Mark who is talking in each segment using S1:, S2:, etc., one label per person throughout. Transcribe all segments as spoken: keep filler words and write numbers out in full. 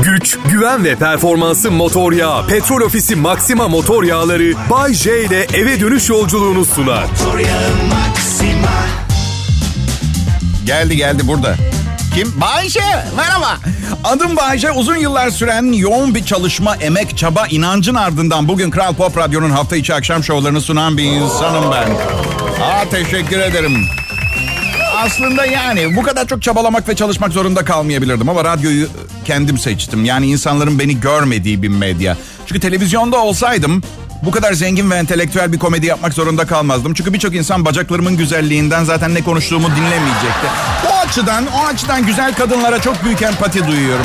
S1: Güç, güven ve performansı motor yağı. Petrol Ofisi Maxima motor yağları Bay J ile eve dönüş yolculuğunu sunar.
S2: Geldi geldi burada. Kim? Bayce. Merhaba. Adım Bayce. Uzun yıllar süren yoğun bir çalışma, emek, çaba, inancın ardından bugün Kral Pop Radyo'nun hafta içi akşam şovlarını sunan bir insanım ben. Aa, teşekkür ederim. Aslında yani bu kadar çok çabalamak ve çalışmak zorunda kalmayabilirdim ama radyoyu kendim seçtim. Yani insanların beni görmediği bir medya. Çünkü televizyonda olsaydım bu kadar zengin ve entelektüel bir komedi yapmak zorunda kalmazdım. Çünkü birçok insan bacaklarımın güzelliğinden zaten ne konuştuğumu dinlemeyecekti. O açıdan, o açıdan güzel kadınlara çok büyük empati duyuyorum.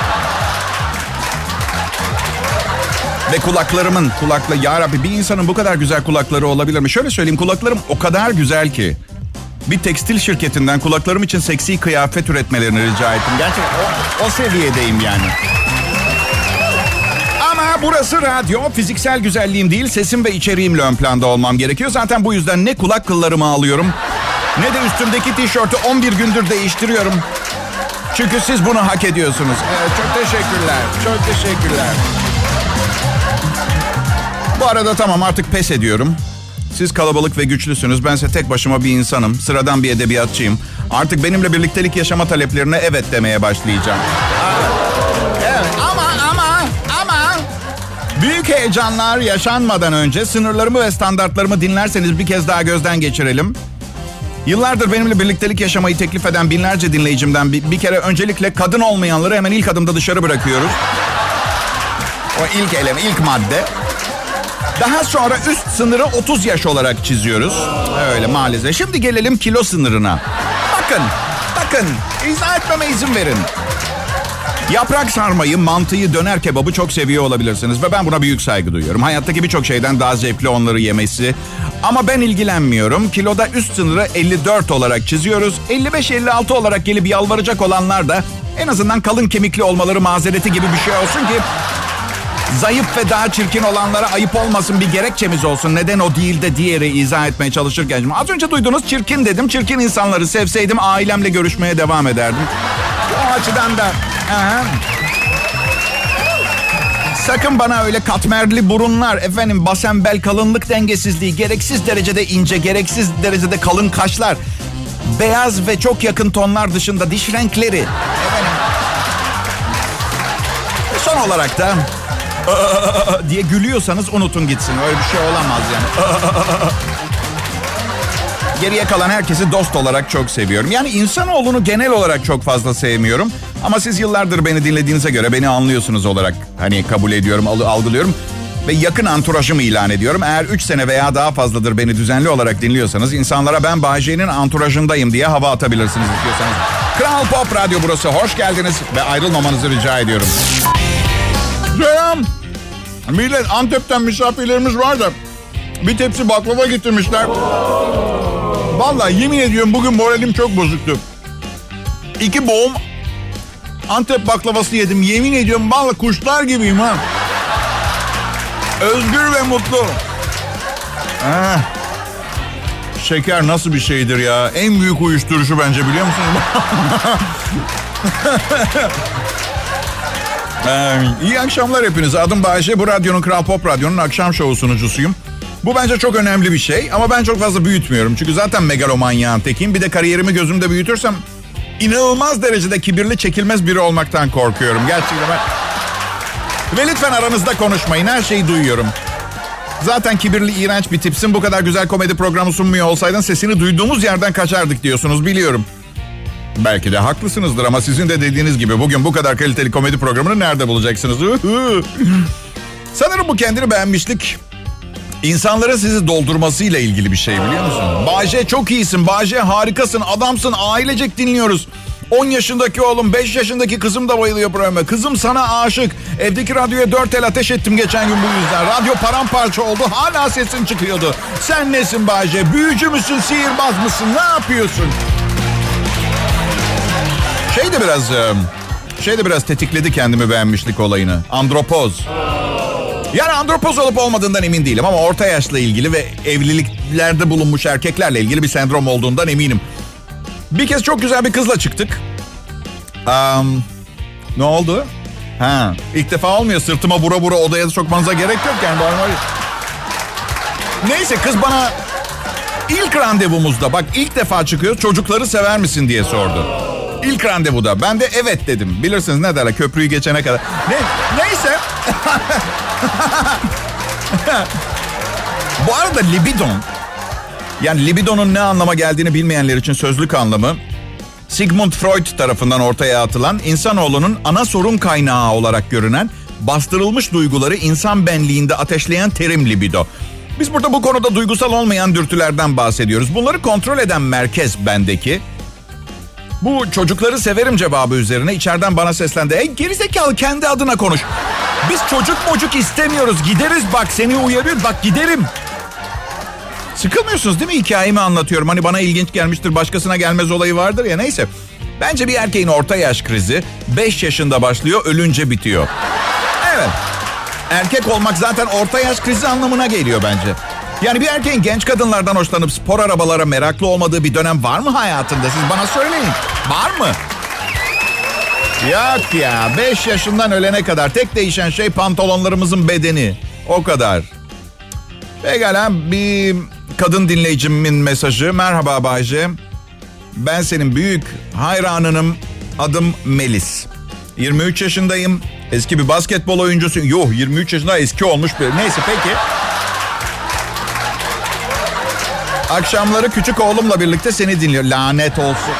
S2: Ve kulaklarımın, kulakla, ya Rabbi bir insanın bu kadar güzel kulakları olabilir mi? Şöyle söyleyeyim, kulaklarım o kadar güzel ki bir tekstil şirketinden kulaklarım için seksi kıyafet üretmelerini rica ettim. Gerçekten o, o seviyedeyim yani. Ama burası radyo. Fiziksel güzelliğim değil, sesim ve içeriğimle ön planda olmam gerekiyor. Zaten bu yüzden ne kulak kıllarımı alıyorum ne de üstümdeki tişörtü on bir gündür değiştiriyorum. Çünkü siz bunu hak ediyorsunuz. Evet, çok teşekkürler. Çok teşekkürler. Bu arada tamam, artık pes ediyorum. Siz kalabalık ve güçlüsünüz. Bense tek başıma bir insanım. Sıradan bir edebiyatçıyım. Artık benimle birliktelik yaşama taleplerine evet demeye başlayacağım. Evet ama ama ama büyük heyecanlar yaşanmadan önce sınırlarımı ve standartlarımı dinlerseniz bir kez daha gözden geçirelim. Yıllardır benimle birliktelik yaşamayı teklif eden binlerce dinleyicimden bir, bir kere öncelikle kadın olmayanları hemen ilk adımda dışarı bırakıyoruz. O ilk eleme, ilk madde. Daha sonra üst sınırı otuz yaş olarak çiziyoruz. Öyle maalesef. Şimdi gelelim kilo sınırına. Bakın, bakın. İzah etmeme izin verin. Yaprak sarmayı, mantıyı, döner kebabı çok seviyor olabilirsiniz. Ve ben buna büyük saygı duyuyorum. Hayattaki birçok şeyden daha zevkli onları yemesi. Ama ben ilgilenmiyorum. Kiloda üst sınırı elli dört olarak çiziyoruz. elli beş elli altı olarak gelip yalvaracak olanlar da en azından kalın kemikli olmaları mazereti gibi bir şey olsun ki zayıf ve daha çirkin olanlara ayıp olmasın, bir gerekçemiz olsun. Neden o değil de diğeri izah etmeye çalışırken. Az önce duydunuz, çirkin dedim. Çirkin insanları sevseydim ailemle görüşmeye devam ederdim. O açıdan da... Aha. Sakın bana öyle katmerli burunlar, efendim basen bel kalınlık dengesizliği, gereksiz derecede ince, gereksiz derecede kalın kaşlar, beyaz ve çok yakın tonlar dışında diş renkleri. Efendim. Son olarak da... diye gülüyorsanız unutun gitsin. Öyle bir şey olamaz yani. Geriye kalan herkesi dost olarak çok seviyorum. Yani insanoğlunu genel olarak çok fazla sevmiyorum. Ama siz yıllardır beni dinlediğinize göre beni anlıyorsunuz olarak hani kabul ediyorum, algılıyorum. Ve yakın anturajımı ilan ediyorum. Eğer üç sene veya daha fazladır beni düzenli olarak dinliyorsanız insanlara ben Bay J'nin anturajındayım diye hava atabilirsiniz istiyorsanız. Kral Pop Radyo burası. Hoş geldiniz ve ayrılmamanızı rica ediyorum. Selam. Millet, Antep'ten misafirlerimiz var da bir tepsi baklava getirmişler. Vallahi yemin ediyorum bugün moralim çok bozuktu. İki boğum Antep baklavası yedim. Yemin ediyorum vallahi kuşlar gibiyim ha. Özgür ve mutlu. Ah. Şeker nasıl bir şeydir ya? En büyük uyuşturucu bence, biliyor musunuz? Ee, iyi akşamlar hepinize. Adım Bayşe. Bu radyonun, Kral Pop Radyo'nun akşam şovu sunucusuyum. Bu bence çok önemli bir şey ama ben çok fazla büyütmüyorum. Çünkü zaten megalomanyağın tekiyim. Bir de kariyerimi gözümde büyütürsem inanılmaz derecede kibirli, çekilmez biri olmaktan korkuyorum. Gerçekten ben... Ve lütfen aranızda konuşmayın. Her şeyi duyuyorum. Zaten kibirli, iğrenç bir tipsin. Bu kadar güzel komedi programı sunmuyor olsaydın sesini duyduğumuz yerden kaçardık diyorsunuz, biliyorum. Belki de haklısınızdır ama sizin de dediğiniz gibi bugün bu kadar kaliteli komedi programını nerede bulacaksınız? Sanırım bu kendini beğenmişlik insanlara sizi doldurmasıyla ilgili bir şey, biliyor musun? Bayce çok iyisin, Bayce harikasın, adamsın, ailecek dinliyoruz. on yaşındaki oğlum, beş yaşındaki kızım da bayılıyor programa. Kızım sana aşık. Evdeki radyoya dört el ateş ettim geçen gün bu yüzden. Radyo paramparça oldu, hala sesin çıkıyordu. Sen nesin Bayce? Büyücü müsün, sihirbaz mısın? Ne yapıyorsun? Şey de biraz... Şey de biraz tetikledi kendimi beğenmişlik olayını. Andropoz. Yani andropoz olup olmadığından emin değilim ama orta yaşla ilgili ve evliliklerde bulunmuş erkeklerle ilgili bir sendrom olduğundan eminim. Bir kez çok güzel bir kızla çıktık. Um, ne oldu? Ha, ilk defa olmuyor. Sırtıma vura vura odaya sokmanıza gerek yok yani. Normal. Neyse kız bana ilk randevumuzda, bak ilk defa çıkıyor, çocukları sever misin diye sordu. İlk randevuda. Ben de evet dedim. Bilirsiniz ne derler, köprüyü geçene kadar. Ne, neyse. Bu arada libidon, yani libidonun ne anlama geldiğini bilmeyenler için sözlük anlamı, Sigmund Freud tarafından ortaya atılan, insanoğlunun ana sorun kaynağı olarak görünen, bastırılmış duyguları insan benliğinde ateşleyen terim libido. Biz burada bu konuda duygusal olmayan dürtülerden bahsediyoruz. Bunları kontrol eden merkez bendeki. Bu çocukları severim cevabı üzerine içeriden bana seslendi. Ey gerizekalı, kendi adına konuş. Biz çocuk mocuk istemiyoruz. Gideriz bak, seni uyarıyoruz. Bak giderim. Sıkılmıyorsunuz değil mi hikayemi anlatıyorum? Hani bana ilginç gelmiştir, başkasına gelmez olayı vardır ya, neyse. Bence bir erkeğin orta yaş krizi beş yaşında başlıyor, ölünce bitiyor. Evet. Erkek olmak zaten orta yaş krizi anlamına geliyor bence. Yani bir erkeğin genç kadınlardan hoşlanıp spor arabalara meraklı olmadığı bir dönem var mı hayatında? Siz bana söyleyin. Var mı? Yok ya. Beş yaşından ölene kadar tek değişen şey pantolonlarımızın bedeni. O kadar. Pekala, bir kadın dinleyicimin mesajı. Merhaba Bayce. Ben senin büyük hayranınım. Adım Melis. yirmi üç yaşındayım. Eski bir basketbol oyuncusu. Yok, yirmi üç yaşında eski olmuş bir. Neyse peki. Akşamları küçük oğlumla birlikte seni dinliyor. Lanet olsun.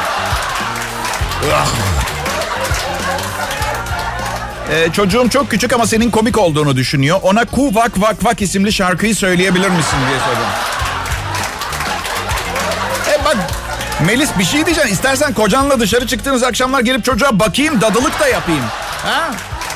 S2: Ee, çocuğum çok küçük ama senin komik olduğunu düşünüyor. Ona Ku Vak Vak Vak isimli şarkıyı söyleyebilir misin diye soruyorum. E bak Melis, bir şey diyeceğim. İstersen kocanla dışarı çıktığınız akşamlar gelip çocuğa bakayım, dadılık da yapayım. Ha?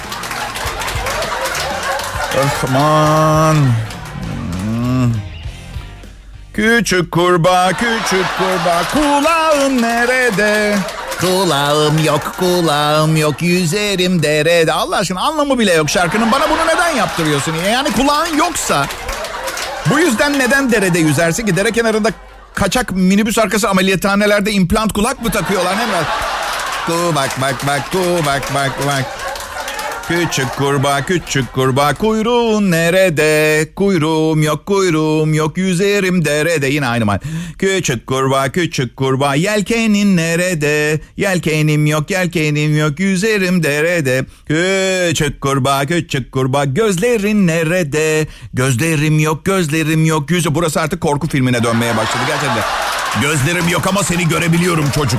S2: Öf, aman. Hmm. Küçük kurbağa, küçük kurbağa, kulağın nerede? Kulağım yok, kulağım yok, yüzerim derede. Allah aşkına, anlamı bile yok şarkının. Bana bunu neden yaptırıyorsun? Yani kulağın yoksa bu yüzden neden derede yüzersin ki? Dere kenarında kaçak minibüs arkası ameliyathanelerde implant kulak mı takıyorlar? Ne var? Ku bak bak bak, ku bak bak bak. Küçük kurbağa, küçük kurbağa, kuyruğun nerede? Kuyruğum yok, kuyruğum yok, yüzerim derede. Yine aynı mal. Küçük kurbağa, küçük kurbağa, yelkenin nerede? Yelkenim yok, yelkenim yok, yüzerim derede. Küçük kurbağa, küçük kurbağa, gözlerin nerede? Gözlerim yok, gözlerim yok, yüzü. Burası artık korku filmine dönmeye başladı gerçekten. Gözlerim yok ama seni görebiliyorum çocuk.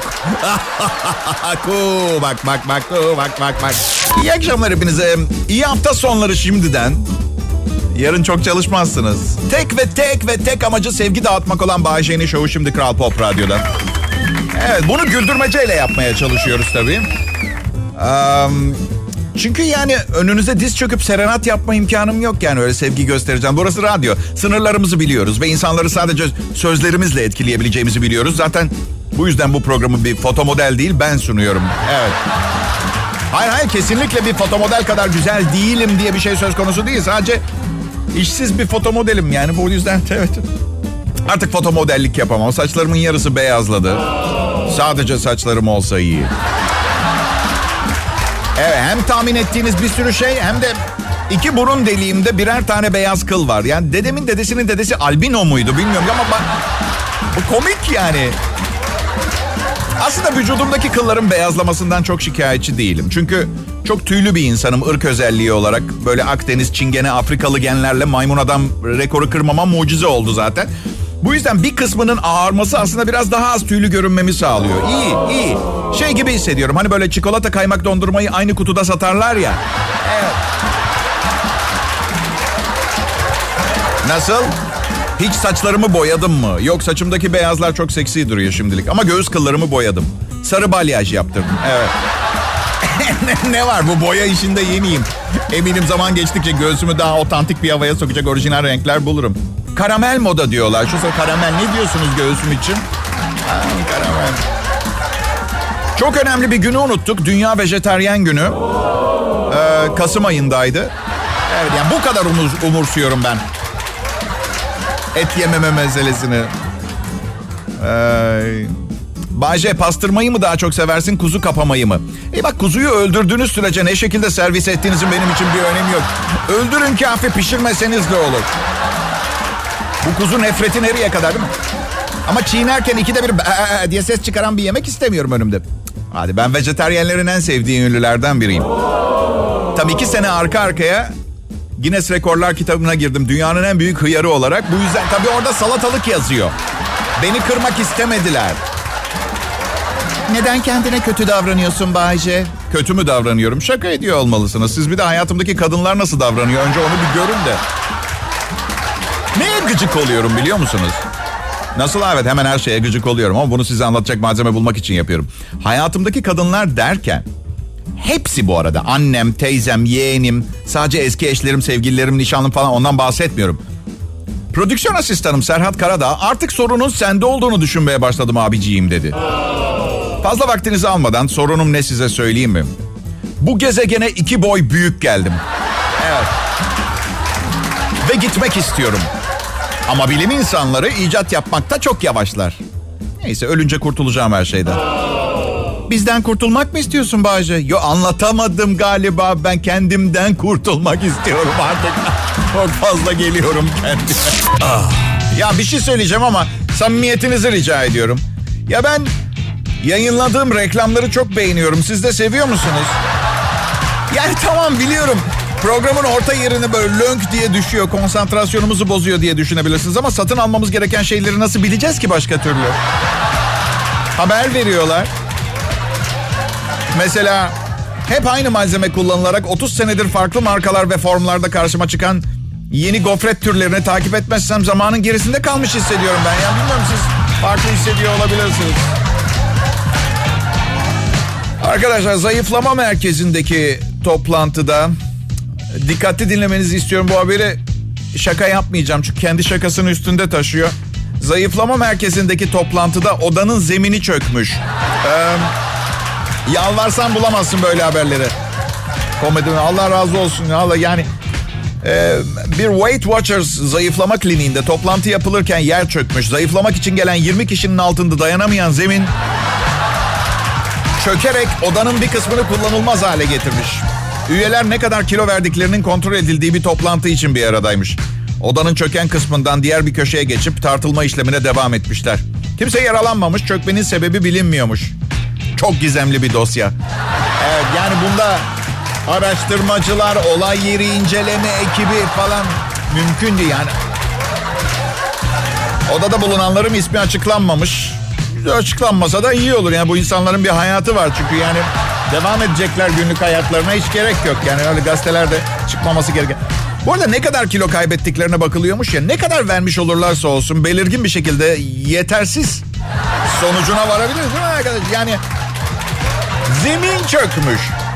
S2: Ku bak bak bak, ku bak bak bak. İyi akşamlar hepinize. İyi hafta sonları şimdiden. Yarın çok çalışmazsınız. Tek ve tek ve tek amacı sevgi dağıtmak olan Bay J'nin şovu şimdi Kral Pop Radyo'da. Evet, bunu güldürmeceyle yapmaya çalışıyoruz tabii. Um, çünkü yani önünüze diz çöküp serenat yapma imkanım yok, yani öyle sevgi göstereceğim. Burası radyo. Sınırlarımızı biliyoruz ve insanları sadece sözlerimizle etkileyebileceğimizi biliyoruz. Zaten bu yüzden bu programı bir fotomodel değil, ben sunuyorum. Evet. Hayır hayır, kesinlikle bir fotomodel kadar güzel değilim diye bir şey söz konusu değil. Sadece işsiz bir fotomodelim yani, bu yüzden evet. Artık fotomodellik yapamam. Saçlarımın yarısı beyazladı. Sadece saçlarım olsa iyi. Evet, hem tahmin ettiğiniz bir sürü şey hem de iki burun deliğimde birer tane beyaz kıl var. Yani dedemin dedesinin dedesi albino muydu bilmiyorum ama bak, bu komik yani. Aslında vücudumdaki kılların beyazlamasından çok şikayetçi değilim. Çünkü çok tüylü bir insanım ırk özelliği olarak. Böyle Akdeniz, Çingene, Afrikalı genlerle maymun adam rekoru kırmama mucize oldu zaten. Bu yüzden bir kısmının ağarması aslında biraz daha az tüylü görünmemi sağlıyor. İyi, iyi. Şey gibi hissediyorum. Hani böyle çikolata kaymak dondurmayı aynı kutuda satarlar ya. Evet. Nasıl? Hiç saçlarımı boyadım mı? Yok, saçımdaki beyazlar çok seksi duruyor şimdilik. Ama göğüs kıllarımı boyadım. Sarı balyaj yaptırdım. Evet. Ne var, bu boya işinde yeniyim. Eminim zaman geçtikçe göğsümü daha otantik bir havaya sokacak orijinal renkler bulurum. Karamel moda diyorlar. Şu sıra karamel, ne diyorsunuz göğsüm için? Ha, karamel. Çok önemli bir günü unuttuk. Dünya Vejetaryen Günü. Ee, Kasım ayındaydı. Evet, yani bu kadar umur, umursuyorum ben. Et yememe meselesini. Ee, Bayce, pastırmayı mı daha çok seversin, kuzu kapamayı mı? E bak, kuzuyu öldürdüğünüz sürece ne şekilde servis ettiğinizin benim için bir önemi yok. Öldürün kafi, pişirmeseniz de olur. Bu kuzu nefreti nereye kadar, değil mi? Ama çiğnerken ikide bir ee diye ses çıkaran bir yemek istemiyorum önümde. Hadi, ben vejetaryenlerin en sevdiği ünlülerden biriyim. Tam iki sene arka arkaya Guinness Rekorlar kitabına girdim. Dünyanın en büyük hıyarı olarak. Bu yüzden tabii orada salatalık yazıyor. Beni kırmak istemediler. Neden kendine kötü davranıyorsun Bayce? Kötü mü davranıyorum? Şaka ediyor olmalısınız. Siz bir de hayatımdaki kadınlar nasıl davranıyor? Önce onu bir görün de. Neye gıcık oluyorum biliyor musunuz? Nasıl? Evet, hemen her şeye gıcık oluyorum ama bunu size anlatacak malzeme bulmak için yapıyorum. Hayatımdaki kadınlar derken hepsi bu arada. Annem, teyzem, yeğenim, sadece eski eşlerim, sevgililerim, nişanlım falan, ondan bahsetmiyorum. Prodüksiyon asistanım Serhat Karadağ artık sorunun sende olduğunu düşünmeye başladım abiciğim dedi. Fazla vaktinizi almadan sorunum ne size söyleyeyim mi? Bu gezegene iki boy büyük geldim. Evet. Ve gitmek istiyorum. Ama bilim insanları icat yapmakta çok yavaşlar. Neyse, ölünce kurtulacağım her şeyden. Bizden kurtulmak mı istiyorsun Bayce? Yo, anlatamadım galiba. Ben kendimden kurtulmak istiyorum artık. Çok fazla geliyorum kendime. Ah. Ya bir şey söyleyeceğim ama samimiyetinizi rica ediyorum. Ya ben yayınladığım reklamları çok beğeniyorum. Siz de seviyor musunuz? Yani tamam, biliyorum. Programın orta yerini böyle lönk diye düşüyor, konsantrasyonumuzu bozuyor diye düşünebilirsiniz. Ama satın almamız gereken şeyleri nasıl bileceğiz ki başka türlü? Haber veriyorlar. Mesela hep aynı malzeme kullanılarak otuz senedir farklı markalar ve formlarda karşıma çıkan yeni gofret türlerini takip etmezsem zamanın gerisinde kalmış hissediyorum ben. Yani bilmiyorum, siz farklı hissediyor olabilirsiniz. Arkadaşlar, zayıflama merkezindeki toplantıda dikkatli dinlemenizi istiyorum bu haberi. Şaka yapmayacağım çünkü kendi şakasını üstünde taşıyor. Zayıflama merkezindeki toplantıda odanın zemini çökmüş. Ee, yalvarsan bulamazsın böyle haberleri. Komedi, Allah razı olsun. Allah, yani e, bir Weight Watchers zayıflama kliniğinde toplantı yapılırken yer çökmüş. Zayıflamak için gelen yirmi kişinin altında dayanamayan zemin çökerek odanın bir kısmını kullanılmaz hale getirmiş. Üyeler ne kadar kilo verdiklerinin kontrol edildiği bir toplantı için bir aradaymış. Odanın çöken kısmından diğer bir köşeye geçip tartılma işlemine devam etmişler. Kimse yaralanmamış, çökmenin sebebi bilinmiyormuş. Çok gizemli bir dosya. Evet, yani bunda araştırmacılar, olay yeri inceleme ekibi falan mümkündü yani. Odada bulunanların ismi açıklanmamış. Açıklanmasa da iyi olur. Yani bu insanların bir hayatı var çünkü yani devam edecekler günlük hayatlarına, hiç gerek yok. Yani öyle gazetelerde çıkmaması gereken. Bu arada ne kadar kilo kaybettiklerine bakılıyormuş ya, ne kadar vermiş olurlarsa olsun belirgin bir şekilde yetersiz sonucuna varabilir değil mi arkadaşlar? Yani zemin çökmüş.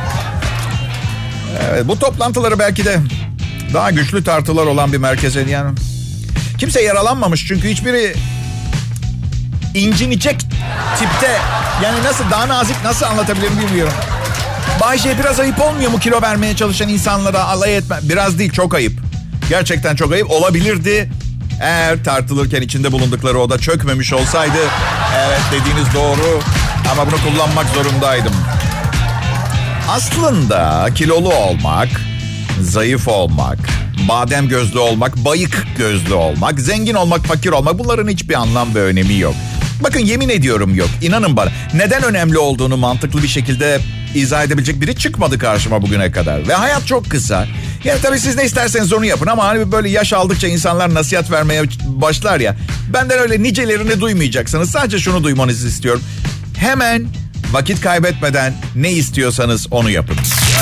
S2: Evet, bu toplantıları belki de daha güçlü tartılar olan bir merkeze, yani kimse yaralanmamış çünkü hiçbiri incinecek tipte, yani nasıl daha nazik nasıl anlatabilirim bilmiyorum. Bayce, biraz ayıp olmuyor mu kilo vermeye çalışan insanlara alay etme? Biraz değil, çok ayıp. Gerçekten çok ayıp. Olabilirdi eğer tartılırken içinde bulundukları oda çökmemiş olsaydı. Evet, dediğiniz doğru ama bunu kullanmak zorundaydım. Aslında kilolu olmak, zayıf olmak, badem gözlü olmak, bayık gözlü olmak, zengin olmak, fakir olmak, bunların hiçbir anlam ve önemi yok. Bakın, yemin ediyorum yok. İnanın bana. Neden önemli olduğunu mantıklı bir şekilde izah edebilecek biri çıkmadı karşıma bugüne kadar. Ve hayat çok kısa. Yani tabii siz ne isterseniz onu yapın ama hani böyle yaş aldıkça insanlar nasihat vermeye başlar ya. Benden öyle nicelerini duymayacaksınız. Sadece şunu duymanızı istiyorum. Hemen vakit kaybetmeden ne istiyorsanız onu yapın.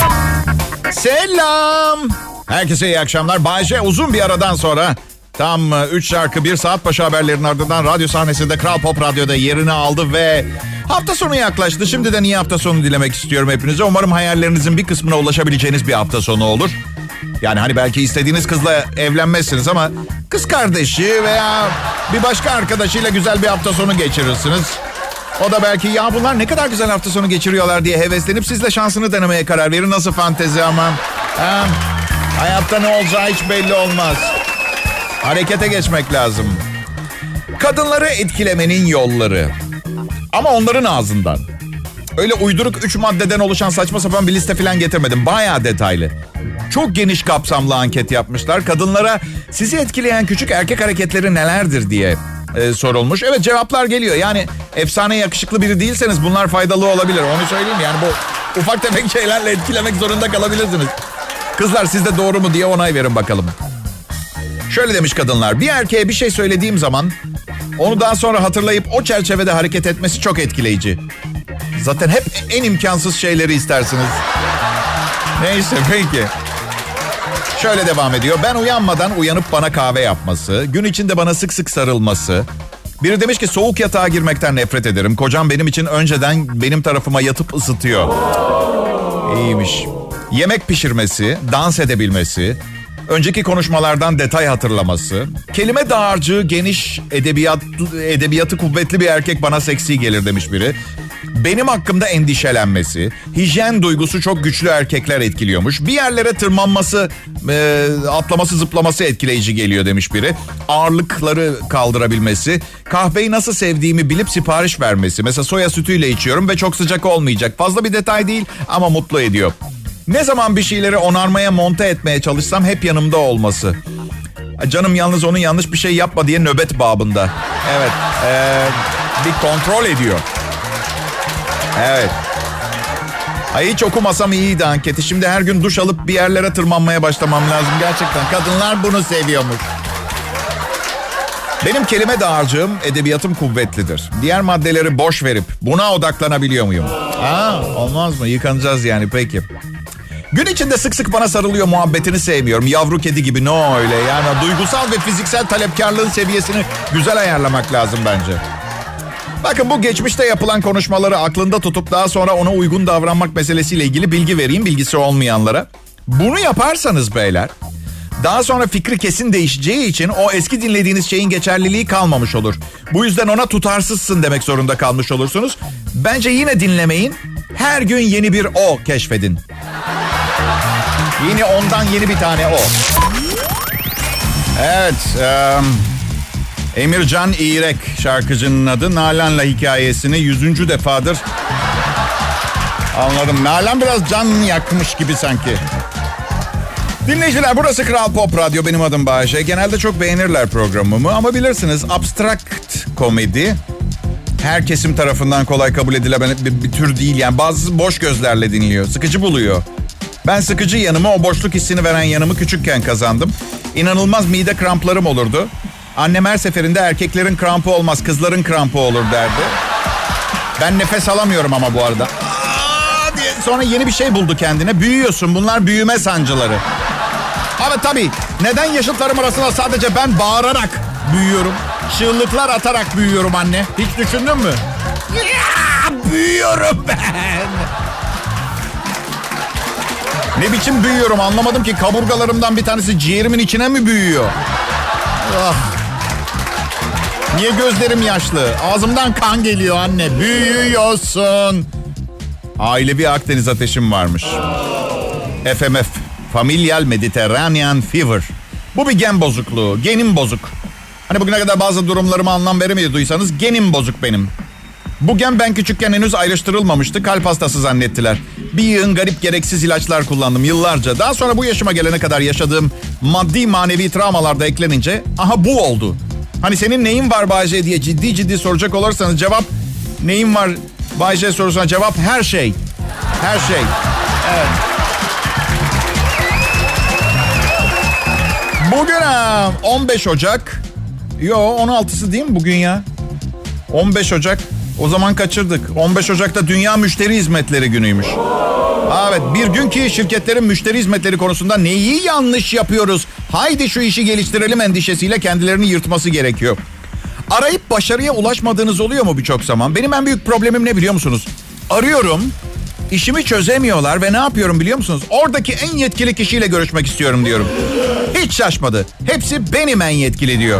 S2: Selam. Herkese iyi akşamlar. Bayce uzun bir aradan sonra tam üç şarkı bir saat başı haberlerin ardından radyo sahnesinde Kral Pop Radyo'da yerini aldı ve hafta sonu yaklaştı. Şimdiden iyi hafta sonu dilemek istiyorum hepinize. Umarım hayallerinizin bir kısmına ulaşabileceğiniz bir hafta sonu olur. Yani hani belki istediğiniz kızla evlenmezsiniz ama kız kardeşi veya bir başka arkadaşıyla güzel bir hafta sonu geçirirsiniz. O da belki ya bunlar ne kadar güzel hafta sonu geçiriyorlar diye heveslenip sizle şansını denemeye karar verir. Nasıl fantezi ama. Ha, hayatta ne olacağı hiç belli olmaz. Harekete geçmek lazım. Kadınları etkilemenin yolları. Ama onların ağzından. Öyle uyduruk üç maddeden oluşan saçma sapan bir liste falan getirmedim. Bayağı detaylı. Çok geniş kapsamlı anket yapmışlar. Kadınlara sizi etkileyen küçük erkek hareketleri nelerdir diye e, sorulmuş. Evet, cevaplar geliyor. Yani efsane yakışıklı biri değilseniz bunlar faydalı olabilir. Onu söyleyeyim, yani bu ufak tefek şeylerle etkilemek zorunda kalabilirsiniz. Kızlar, siz de doğru mu diye onay verin bakalım. Şöyle demiş kadınlar. Bir erkeğe bir şey söylediğim zaman onu daha sonra hatırlayıp o çerçevede hareket etmesi çok etkileyici. Zaten hep en imkansız şeyleri istersiniz. Neyse, peki. Şöyle devam ediyor. Ben uyanmadan uyanıp bana kahve yapması, gün içinde bana sık sık sarılması. Biri demiş ki soğuk yatağa girmekten nefret ederim. Kocam benim için önceden benim tarafıma yatıp ısıtıyor. İyiymiş. Yemek pişirmesi, dans edebilmesi, önceki konuşmalardan detay hatırlaması, kelime dağarcığı geniş, edebiyat edebiyatı kuvvetli bir erkek bana seksi gelir demiş biri. Benim hakkımda endişelenmesi, hijyen duygusu çok güçlü erkekler etkiliyormuş. Bir yerlere tırmanması, e, atlaması, zıplaması etkileyici geliyor demiş biri. Ağırlıkları kaldırabilmesi, kahveyi nasıl sevdiğimi bilip sipariş vermesi. Mesela soya sütüyle içiyorum ve çok sıcak olmayacak. Fazla bir detay değil ama mutlu ediyor. Ne zaman bir şeyleri onarmaya, monte etmeye çalışsam hep yanımda olması. Canım yalnız onun yanlış bir şey yapma diye nöbet babında. Evet, ee, bir kontrol ediyor. Evet. Ay, hiç okumasam iyiydi anketi. Şimdi her gün duş alıp bir yerlere tırmanmaya başlamam lazım. Gerçekten kadınlar bunu seviyormuş. Benim kelime dağarcığım, edebiyatım kuvvetlidir. Diğer maddeleri boş verip buna odaklanabiliyor muyum? Aa, olmaz mı? Yıkanacağız yani, peki. Gün içinde sık sık bana sarılıyor muhabbetini sevmiyorum. Yavru kedi gibi, no öyle. Yani duygusal ve fiziksel talepkarlığın seviyesini güzel ayarlamak lazım bence. Bakın, bu geçmişte yapılan konuşmaları aklında tutup daha sonra ona uygun davranmak meselesiyle ilgili bilgi vereyim bilgisi olmayanlara. Bunu yaparsanız beyler, daha sonra fikri kesin değişeceği için o eski dinlediğiniz şeyin geçerliliği kalmamış olur. Bu yüzden ona tutarsızsın demek zorunda kalmış olursunuz. Bence yine dinlemeyin. Her gün yeni bir o keşfedin. Yine ondan yeni bir tane o. Evet. Um, Emircan İrek şarkıcının adı. Nalan'la hikayesini yüzüncü defadır anladım. Nalan biraz can yakmış gibi sanki. Dinleyiciler, burası Kral Pop Radyo. Benim adım Bayşe. Genelde çok beğenirler programımı ama bilirsiniz abstrakt komedi her kesim tarafından kolay kabul edilen bir, bir tür değil. Yani bazısı boş gözlerle dinliyor, sıkıcı buluyor. Ben sıkıcı yanımı, o boşluk hissini veren yanımı küçükken kazandım. İnanılmaz mide kramplarım olurdu. Annem her seferinde erkeklerin krampı olmaz, kızların krampı olur derdi. Ben nefes alamıyorum ama bu arada. Aa diye. Sonra yeni bir şey buldu kendine. Büyüyorsun, bunlar büyüme sancıları. Evet tabii. Neden yaşıtlarım arasında sadece ben bağırarak büyüyorum? Çığlıklar atarak büyüyorum anne. Hiç düşündün mü? Ya, büyüyorum ben. Ne biçim büyüyorum anlamadım ki. Kaburgalarımdan bir tanesi ciğerimin içine mi büyüyor? Ah. Niye gözlerim yaşlı? Ağzımdan kan geliyor anne. Büyüyorsun. Ailevi Akdeniz ateşim varmış. F M F. Familial Mediterranean Fever. Bu bir gen bozukluğu. Genim bozuk. Hani bugüne kadar bazı durumlarıma anlam veremiyorduysanız genim bozuk benim. Bu gen ben küçükken henüz ayrıştırılmamıştı. Kalp hastası zannettiler. Bir yığın garip gereksiz ilaçlar kullandım yıllarca. Daha sonra bu yaşıma gelene kadar yaşadığım maddi manevi travmalar da eklenince aha bu oldu. Hani senin neyin var Bayce diye ciddi ciddi soracak olursanız cevap neyin var Bayce sorusuna cevap her şey. Her şey. Evet. Bugün on beş Ocak. Yo on altısı değil mi bugün ya? on beş Ocak. O zaman kaçırdık. on beş Ocak'ta Dünya Müşteri Hizmetleri Günü'ymüş. Evet, bir gün ki şirketlerin müşteri hizmetleri konusunda neyi yanlış yapıyoruz? Haydi şu işi geliştirelim endişesiyle kendilerini yırtması gerekiyor. Arayıp başarıya ulaşmadığınız oluyor mu birçok zaman? Benim en büyük problemim ne biliyor musunuz? Arıyorum, işimi çözemiyorlar ve ne yapıyorum biliyor musunuz? Oradaki en yetkili kişiyle görüşmek istiyorum diyorum. Hiç şaşmadı. Hepsi benim en yetkili diyor.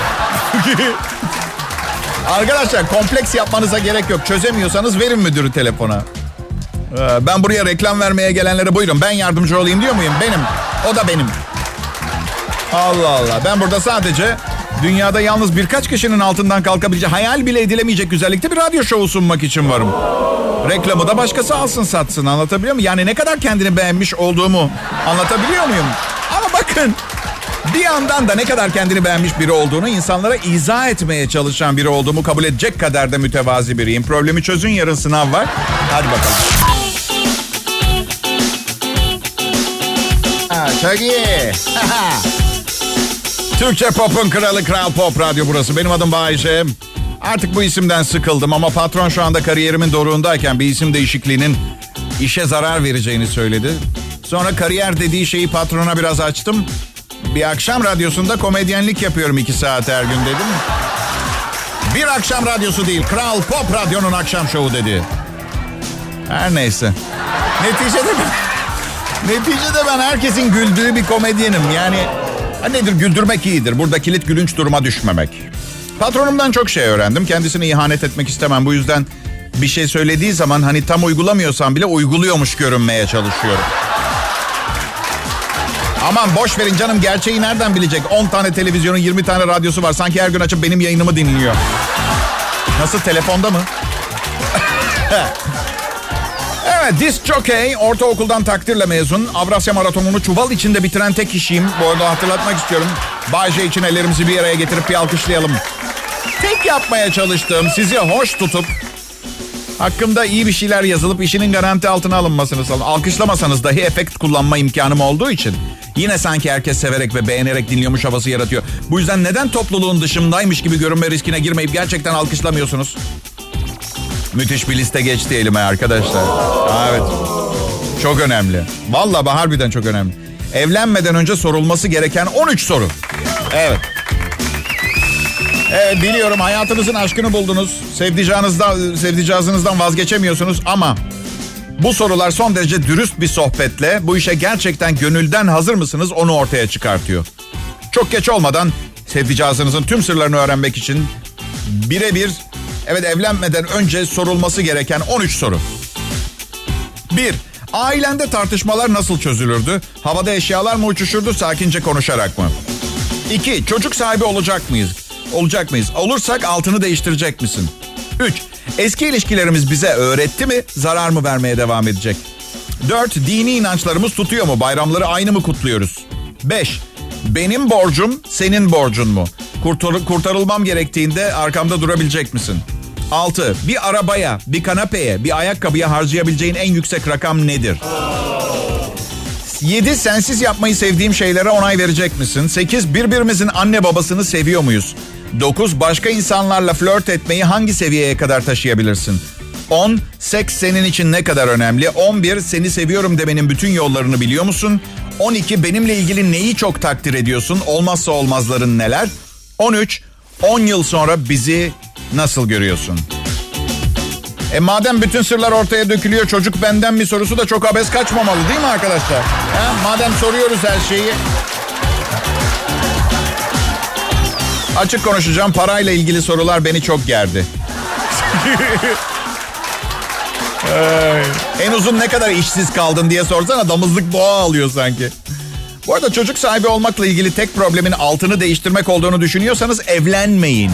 S2: Arkadaşlar kompleks yapmanıza gerek yok. Çözemiyorsanız verin müdürü telefona. Ee, ben buraya reklam vermeye gelenlere buyurun ben yardımcı olayım diyor muyum? Benim. O da benim. Allah Allah. Ben burada sadece Dünyada yalnız birkaç kişinin altından kalkabileceği, hayal bile edilemeyecek güzellikte bir radyo şovu sunmak için varım. Reklamı da başkası alsın satsın, anlatabiliyor muyum? Yani ne kadar kendini beğenmiş olduğumu anlatabiliyor muyum? Ama bakın, bir yandan da ne kadar kendini beğenmiş biri olduğunu insanlara izah etmeye çalışan biri olduğumu kabul edecek kadar da mütevazi biriyim. Problemi çözün, yarın sınav var. Hadi bakalım. Ha, çok iyi. Türkçe pop'un kralı, Kral Pop Radyo burası. Benim adım Bayece. Artık bu isimden sıkıldım ama patron şu anda kariyerimin doruğundayken bir isim değişikliğinin işe zarar vereceğini söyledi. Sonra kariyer dediği şeyi patrona biraz açtım. Bir akşam radyosunda komedyenlik yapıyorum iki saat her gün dedim. Bir akşam radyosu değil, Kral Pop Radyo'nun akşam şovu dedi. Her neyse. Neticede ben, neticede ben herkesin güldüğü bir komedyenim. Yani nedir, güldürmek iyidir. Burada kilit gülünç duruma düşmemek. Patronumdan çok şey öğrendim. Kendisine ihanet etmek istemem. Bu yüzden bir şey söylediği zaman hani tam uygulamıyorsam bile uyguluyormuş görünmeye çalışıyorum. Aman boş verin canım, gerçeği nereden bilecek? on tane televizyonun yirmi tane radyosu var. Sanki her gün açıp benim yayınımı dinliyor. Nasıl, telefonda mı? Evet, disk jockey, ortaokuldan takdirle mezun. Avrasya Maratonu'nu çuval içinde bitiren tek kişiyim. Bu arada hatırlatmak istiyorum. Bayce için ellerimizi bir araya getirip bir alkışlayalım. Tek yapmaya çalıştığım sizi hoş tutup hakkımda iyi bir şeyler yazılıp işinin garanti altına alınmasını sağladım. Alkışlamasanız dahi efekt kullanma imkanım olduğu için yine sanki herkes severek ve beğenerek dinliyormuş havası yaratıyor. Bu yüzden neden topluluğun dışındaymış gibi görünme riskine girmeyip gerçekten alkışlamıyorsunuz? Müthiş bir liste geçti elime arkadaşlar. Evet. Çok önemli. Vallahi harbiden çok önemli. Evlenmeden önce sorulması gereken on üç soru. Evet. Evet, biliyorum hayatınızın aşkını buldunuz. Sevdiceğinizden, sevdiceğinizden vazgeçemiyorsunuz ama bu sorular son derece dürüst bir sohbetle bu işe gerçekten gönülden hazır mısınız onu ortaya çıkartıyor. Çok geç olmadan sevdiceğinizin tüm sırlarını öğrenmek için birebir, evet, evlenmeden önce sorulması gereken on üç soru. bir. Ailende tartışmalar nasıl çözülürdü? Havada eşyalar mı uçuşurdu, sakince konuşarak mı? iki. Çocuk sahibi olacak mıyız? Olacak mıyız? Olursak altını değiştirecek misin? üç. Eski ilişkilerimiz bize öğretti mi, zarar mı vermeye devam edecek? dört. Dini inançlarımız tutuyor mu? Bayramları aynı mı kutluyoruz? beş. Benim borcum senin borcun mu? Kurtar- kurtarılmam gerektiğinde arkamda durabilecek misin? altı. Bir arabaya, bir kanapeye, bir ayakkabıya harcayabileceğin en yüksek rakam nedir? yedi. Sensiz yapmayı sevdiğim şeylere onay verecek misin? sekiz. Birbirimizin anne babasını seviyor muyuz? dokuz. Başka insanlarla flört etmeyi hangi seviyeye kadar taşıyabilirsin? on. Seks senin için ne kadar önemli? on bir. Seni seviyorum demenin bütün yollarını biliyor musun? on iki. Benimle ilgili neyi çok takdir ediyorsun? Olmazsa olmazların neler? on üç. on yıl sonra bizi nasıl görüyorsun? E madem bütün sırlar ortaya dökülüyor, çocuk benden mi sorusu da çok abes kaçmamalı değil mi arkadaşlar? Ha? Madem soruyoruz her şeyi. Açık konuşacağım, parayla ilgili sorular beni çok gerdi. En uzun ne kadar işsiz kaldın diye sorsana, damızlık boğa alıyor sanki. Bu arada çocuk sahibi olmakla ilgili tek problemin altını değiştirmek olduğunu düşünüyorsanız evlenmeyin.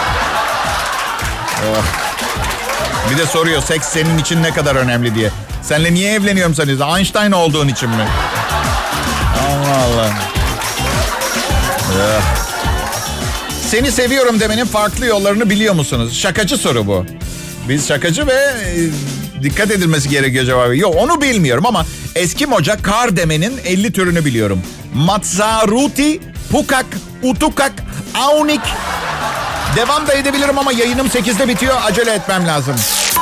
S2: Oh. Bir de soruyor seks senin için ne kadar önemli diye. Seninle niye evleniyorum sanıyorsun? Einstein olduğun için mi? Allah Allah. Oh. Seni seviyorum demenin farklı yollarını biliyor musunuz? Şakacı soru bu. Biz şakacı ve e, dikkat edilmesi gerekiyor cevabı. Yok, onu bilmiyorum ama Eskimoca kar demenin elli türünü biliyorum. Matsaruti, Pukak, Utukak, Aunik. Devam da edebilirim ama yayınım sekizde bitiyor. Acele etmem lazım.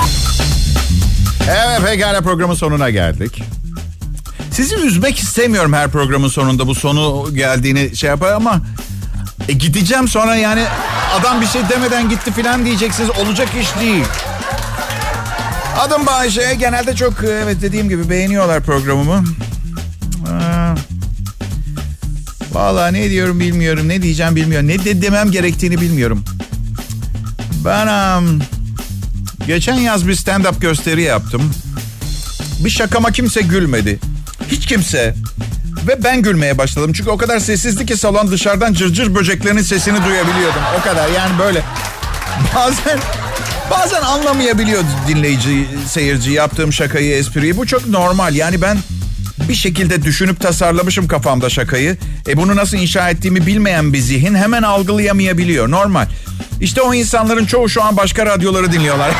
S2: Evet, pekala, programın sonuna geldik. Sizi üzmek istemiyorum her programın sonunda bu sonu geldiğini şey yapar ama e, gideceğim sonra, yani adam bir şey demeden gitti falan diyeceksiniz. Olacak iş değil. Adım Bayece. Genelde çok, evet, dediğim gibi beğeniyorlar programımı. Aa, vallahi ne diyorum bilmiyorum. Ne diyeceğim bilmiyorum. Ne de demem gerektiğini bilmiyorum. Ben um, geçen yaz bir stand-up gösteri yaptım. Bir şakama kimse gülmedi. Hiç kimse. Ve ben gülmeye başladım. Çünkü o kadar sessizdi ki salon, dışarıdan cırcır böceklerinin sesini duyabiliyordum. O kadar yani böyle. Bazen bazen anlamayabiliyor dinleyici, seyirci yaptığım şakayı, espriyi. Bu çok normal. Yani ben bir şekilde düşünüp tasarlamışım kafamda şakayı. E bunu nasıl inşa ettiğimi bilmeyen bir zihin hemen algılayamayabiliyor. Normal. İşte o insanların çoğu şu an başka radyoları dinliyorlar.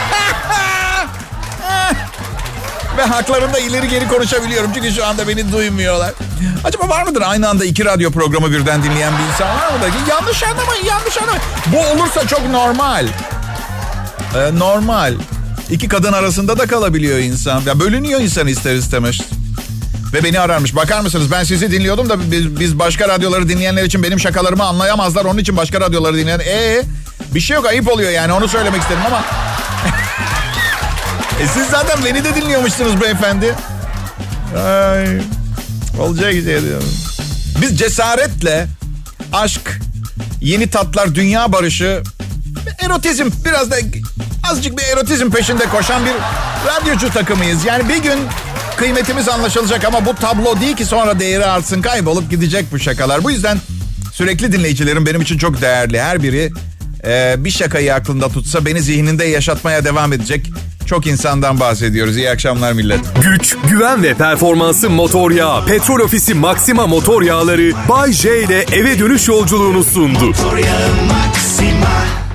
S2: Ve haklarında ileri geri konuşabiliyorum. Çünkü şu anda beni duymuyorlar. Acaba var mıdır aynı anda iki radyo programı birden dinleyen bir insan var mı da? Yanlış anlamayın, yanlış anlamayın. Bu olursa çok normal. Ee, normal. İki kadın arasında da kalabiliyor insan. Ya bölünüyor insan ister istemez. Ve beni ararmış. Bakar mısınız, ben sizi dinliyordum da biz, biz başka radyoları dinleyenler için benim şakalarımı anlayamazlar. Onun için başka radyoları dinleyen... Ee, bir şey yok, ayıp oluyor yani, onu söylemek istedim ama... e siz zaten beni de dinliyormuşsunuz beyefendi. Ay, olacak şey diyorum. Biz cesaretle aşk, yeni tatlar, dünya barışı, erotizm, biraz da azıcık bir erotizm peşinde koşan bir radyocu takımıyız. Yani bir gün kıymetimiz anlaşılacak ama bu tablo değil ki sonra değeri artsın, kaybolup gidecek bu şakalar. Bu yüzden sürekli dinleyicilerim benim için çok değerli. Her biri e, bir şakayı aklında tutsa beni zihninde yaşatmaya devam edecek çok insandan bahsediyoruz. İyi akşamlar millet.
S1: Güç, güven ve performansı motor yağı. Petrol Ofisi Maxima motor yağları Bay J ile eve dönüş yolculuğunu sundu.
S3: Motor yağı Maxima.